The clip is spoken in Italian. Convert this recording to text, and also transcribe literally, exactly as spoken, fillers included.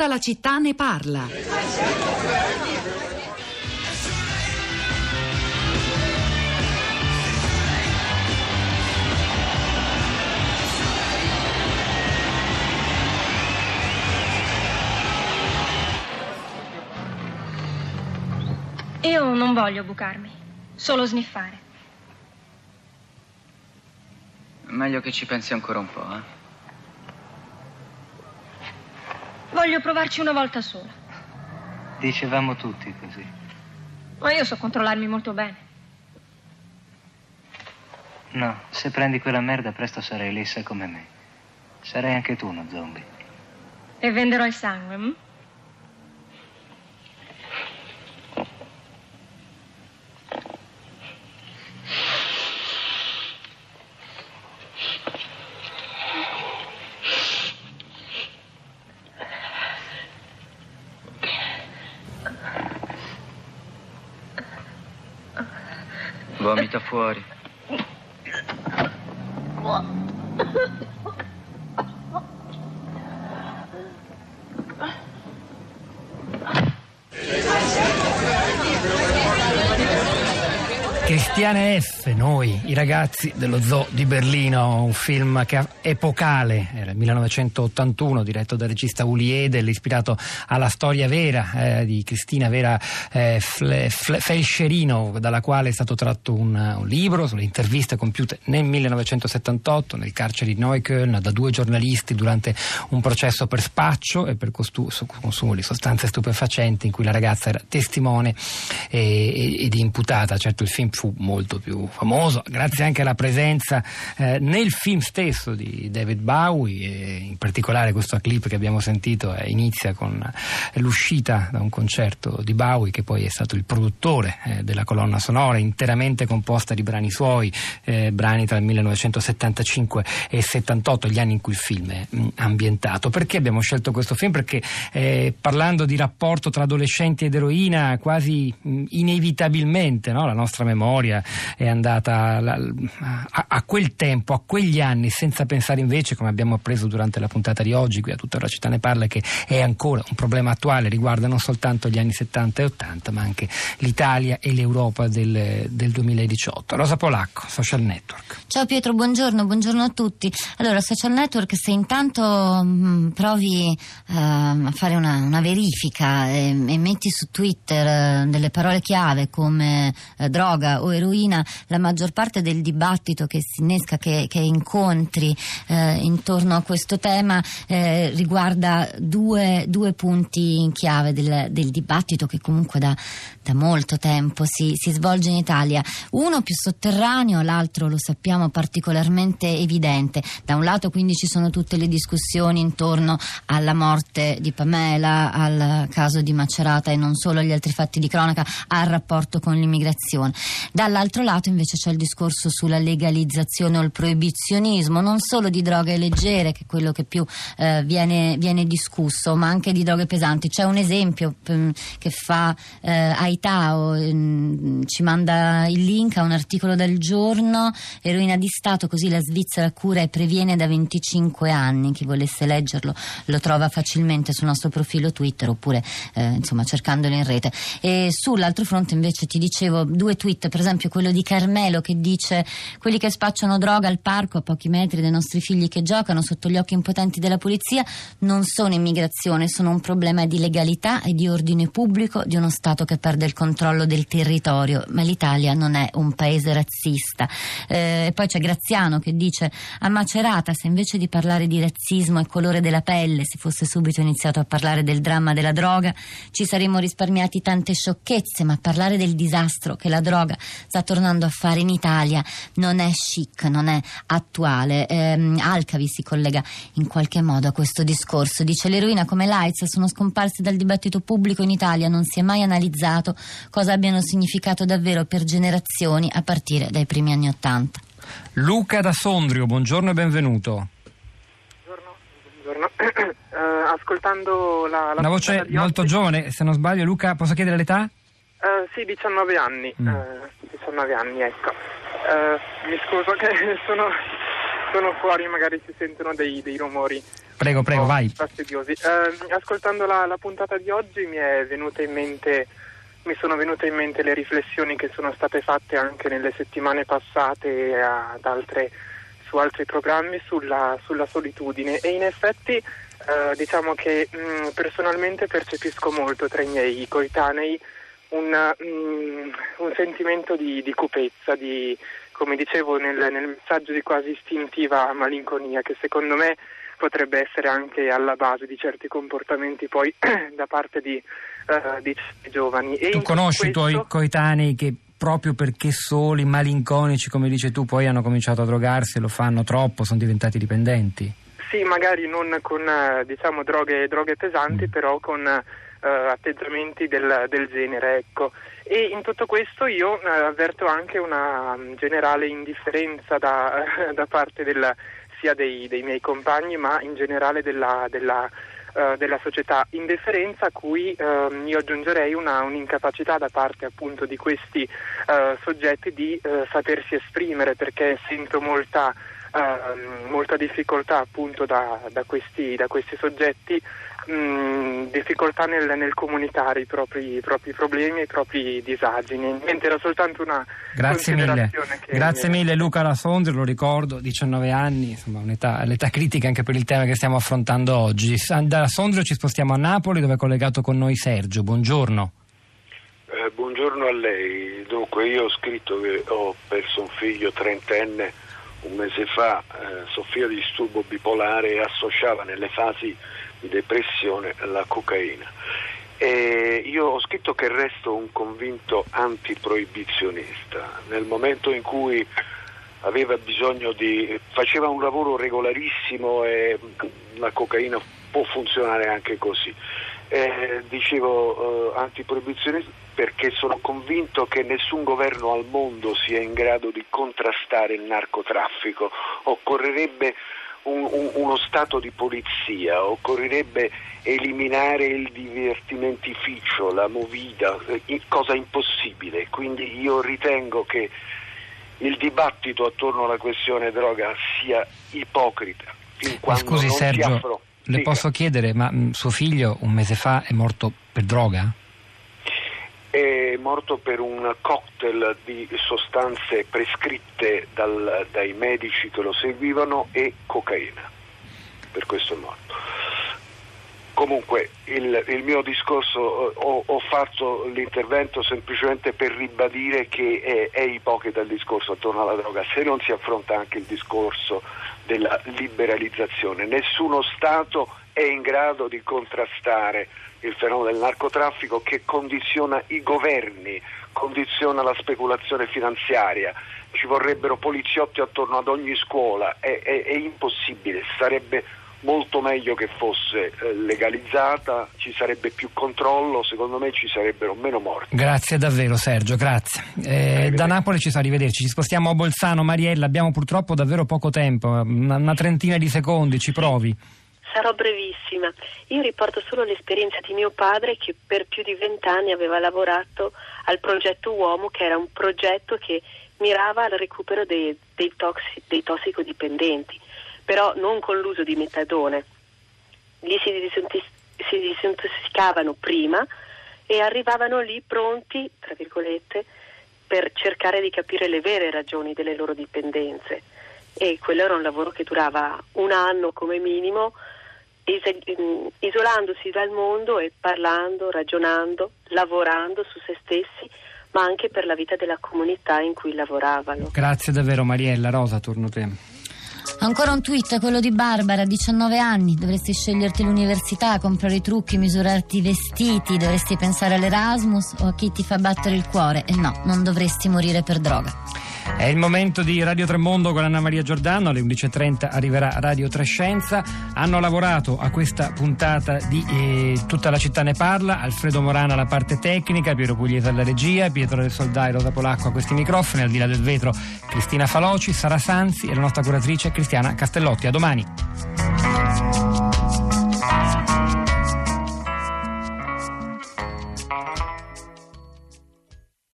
Tutta la città ne parla. Io non voglio bucarmi, solo sniffare. Meglio che ci pensi ancora un po', eh? Voglio provarci una volta sola. Dicevamo tutti così. Ma io so controllarmi molto bene. No, se prendi quella merda presto sarai lissa come me. Sarai anche tu uno zombie. E venderò il sangue, hm? Vomita fuori. Cristiane F, noi, i ragazzi dello Zoo di Berlino, un film che epocale, era il millenovecentottantuno, diretto dal regista Uli Edel, ispirato alla storia vera eh, di Cristina Vera eh, Fle, Fle, Felscherino, dalla quale è stato tratto un, un libro sulle interviste compiute nel millenovecentosettantotto nel carcere di Neukölln da due giornalisti durante un processo per spaccio e per costu- consumo di sostanze stupefacenti, in cui la ragazza era testimone e, ed imputata. Certo, il film fu molto più famoso grazie anche alla presenza eh, nel film stesso di David Bowie, e in particolare questo clip che abbiamo sentito eh, inizia con l'uscita da un concerto di Bowie, che poi è stato il produttore eh, della colonna sonora interamente composta di brani suoi, eh, brani tra il millenovecentosettantacinque e il settantotto, gli anni in cui il film è mh, ambientato. Perché abbiamo scelto questo film? Perché eh, parlando di rapporto tra adolescenti ed eroina, quasi mh, inevitabilmente, no? La nostra memoria è andata a, a quel tempo, a quegli anni, senza pensare invece, come abbiamo appreso durante la puntata di oggi qui a Tutta la città ne parla, che è ancora un problema attuale, riguarda non soltanto gli anni settanta e ottanta ma anche l'Italia e l'Europa del, del duemiladiciotto. Rosa Polacco, Social Network. Ciao Pietro, buongiorno, buongiorno a tutti. Allora, Social Network, se intanto mh, provi uh, a fare una, una verifica e, e metti su Twitter uh, delle parole chiave come uh, droga o eroina, la maggior parte del dibattito che si innesca, che, che incontri eh, intorno a questo tema eh, riguarda due, due punti in chiave del, del dibattito che comunque da, da molto tempo si, si svolge in Italia. Uno più sotterraneo, l'altro, lo sappiamo, particolarmente evidente. Da un lato quindi ci sono tutte le discussioni intorno alla morte di Pamela, al caso di Macerata e non solo, agli altri fatti di cronaca, al rapporto con l'immigrazione. Dall'altro lato invece c'è il discorso sulla legalizzazione o il proibizionismo, non solo di droghe leggere, che è quello che più eh, viene, viene discusso, ma anche di droghe pesanti. C'è un esempio eh, che fa eh, Aitao, eh, ci manda il link a un articolo del Giorno: eroina di Stato, così la Svizzera cura e previene da venticinque anni. Chi volesse leggerlo lo trova facilmente sul nostro profilo Twitter, oppure eh, insomma cercandolo in rete. E sull'altro fronte invece ti dicevo due tweet, per esempio quello di Carmelo che dice: quelli che spacciano droga al parco a pochi metri dai nostri figli che giocano sotto gli occhi impotenti della polizia non sono immigrazione, sono un problema di legalità e di ordine pubblico di uno Stato che perde il controllo del territorio, ma l'Italia non è un paese razzista. E eh, poi c'è Graziano che dice: a Macerata, se invece di parlare di razzismo e colore della pelle si fosse subito iniziato a parlare del dramma della droga, ci saremmo risparmiati tante sciocchezze, ma parlare del disastro che la droga sta tornando a fare in Italia non è chic, non è attuale. ehm, Alcavi si collega in qualche modo a questo discorso, dice: l'eroina come l'AIDS sono scomparse dal dibattito pubblico in Italia, non si è mai analizzato cosa abbiano significato davvero per generazioni a partire dai primi anni Ottanta. Luca da Sondrio, buongiorno e benvenuto. Buongiorno, buongiorno. uh, ascoltando la, la una voce molto oggi... giovane, se non sbaglio. Luca, posso chiedere l'età? Uh, sì, diciannove anni, mm. uh, diciannove anni, ecco. Uh, mi scuso che sono, sono fuori, magari si sentono dei, dei rumori Prego, prego, vai. Fastidiosi. Eh, ascoltando la, la puntata di oggi mi è venuta in mente, mi sono venute in mente le riflessioni che sono state fatte anche nelle settimane passate ad altre, su altri programmi sulla, sulla solitudine, e in effetti eh, diciamo che mh, personalmente percepisco molto tra i miei coetanei un, mh, un sentimento di, di cupezza, di, come dicevo nel, nel messaggio, di quasi istintiva malinconia, che secondo me potrebbe essere anche alla base di certi comportamenti poi da parte di, uh, di giovani. E tu conosci i tuoi coetanei che proprio perché soli, malinconici, come dici tu, poi hanno cominciato a drogarsi, lo fanno troppo, sono diventati dipendenti? Sì, magari non con uh, diciamo droghe, droghe pesanti, mm. però con uh, atteggiamenti del, del genere, ecco. E in tutto questo io uh, avverto anche una um, generale indifferenza da, uh, da parte del, sia dei, dei miei compagni, ma in generale della, della, uh, della società. Indifferenza a cui uh, io aggiungerei una, un'incapacità da parte appunto di questi uh, soggetti di uh, sapersi esprimere, perché sento molta Uh, molta difficoltà appunto da, da, questi, da questi soggetti, mh, difficoltà nel, nel comunicare i propri, i propri problemi e i propri disagi. Niente, era soltanto una Grazie mille, che grazie mi... mille Luca Lasondri, lo ricordo, diciannove anni, insomma un'età, l'età critica anche per il tema che stiamo affrontando oggi. Da Lasondri ci spostiamo a Napoli, dove è collegato con noi Sergio. Buongiorno. Eh, buongiorno a lei. Dunque, io ho scritto che ho perso un figlio trentenne un mese fa, eh, soffriva di disturbo bipolare e associava nelle fasi di depressione la cocaina. E io ho scritto che resto un convinto antiproibizionista. Nel momento in cui aveva bisogno di... faceva un lavoro regolarissimo e la cocaina può funzionare anche così. Eh, dicevo eh, antiproibizionista perché sono convinto che nessun governo al mondo sia in grado di contrastare il narcotraffico. Occorrerebbe un, un, uno stato di polizia, occorrerebbe eliminare il divertimentificio, la movida, eh, cosa impossibile. Quindi io ritengo che il dibattito attorno alla questione droga sia ipocrita. Fin quando Scusi non Sergio, si affro... le Dica. Posso chiedere, ma mh, suo figlio un mese fa è morto per droga? È morto per un cocktail di sostanze prescritte dal, dai medici che lo seguivano e cocaina. Per questo è morto. Comunque il, il mio discorso, ho, ho fatto l'intervento semplicemente per ribadire che è, è ipocrita il discorso attorno alla droga se non si affronta anche il discorso della liberalizzazione. Nessuno Stato è in grado di contrastare il fenomeno del narcotraffico, che condiziona i governi, condiziona la speculazione finanziaria. Ci vorrebbero poliziotti attorno ad ogni scuola, è, è, è impossibile. Sarebbe molto meglio che fosse eh, legalizzata, ci sarebbe più controllo, secondo me ci sarebbero meno morti. Grazie davvero Sergio, grazie. Eh, da Napoli ci sa, arrivederci. Ci spostiamo a Bolzano. Mariella, abbiamo purtroppo davvero poco tempo, una, una trentina di secondi, ci provi. Sarò brevissima. Io riporto solo l'esperienza di mio padre, che per più di vent'anni aveva lavorato al progetto Uomo, che era un progetto che mirava al recupero dei, dei, toxi, dei tossicodipendenti, però non con l'uso di metadone. Lì si, disintos- si disintossicavano prima e arrivavano lì pronti, tra virgolette, per cercare di capire le vere ragioni delle loro dipendenze. E quello era un lavoro che durava un anno come minimo, isolandosi dal mondo e parlando, ragionando, lavorando su se stessi, ma anche per la vita della comunità in cui lavoravano. Grazie davvero Mariella. Rosa, torno a te. Ancora un tweet, quello di Barbara, diciannove anni, dovresti sceglierti l'università, comprare i trucchi, misurarti i vestiti, dovresti pensare all'Erasmus o a chi ti fa battere il cuore, e no, non dovresti morire per droga. È il momento di Radio Tremondo con Anna Maria Giordano. Alle undici e trenta arriverà Radio Trescenza. Hanno lavorato a questa puntata di eh, Tutta la città ne parla: Alfredo Morana alla parte tecnica, Piero Pugliese alla regia, Pietro del Soldai, Rosa Polacco a questi microfoni, al di là del vetro Cristina Faloci, Sara Sanzi e la nostra curatrice Cristiana Castellotti. A domani.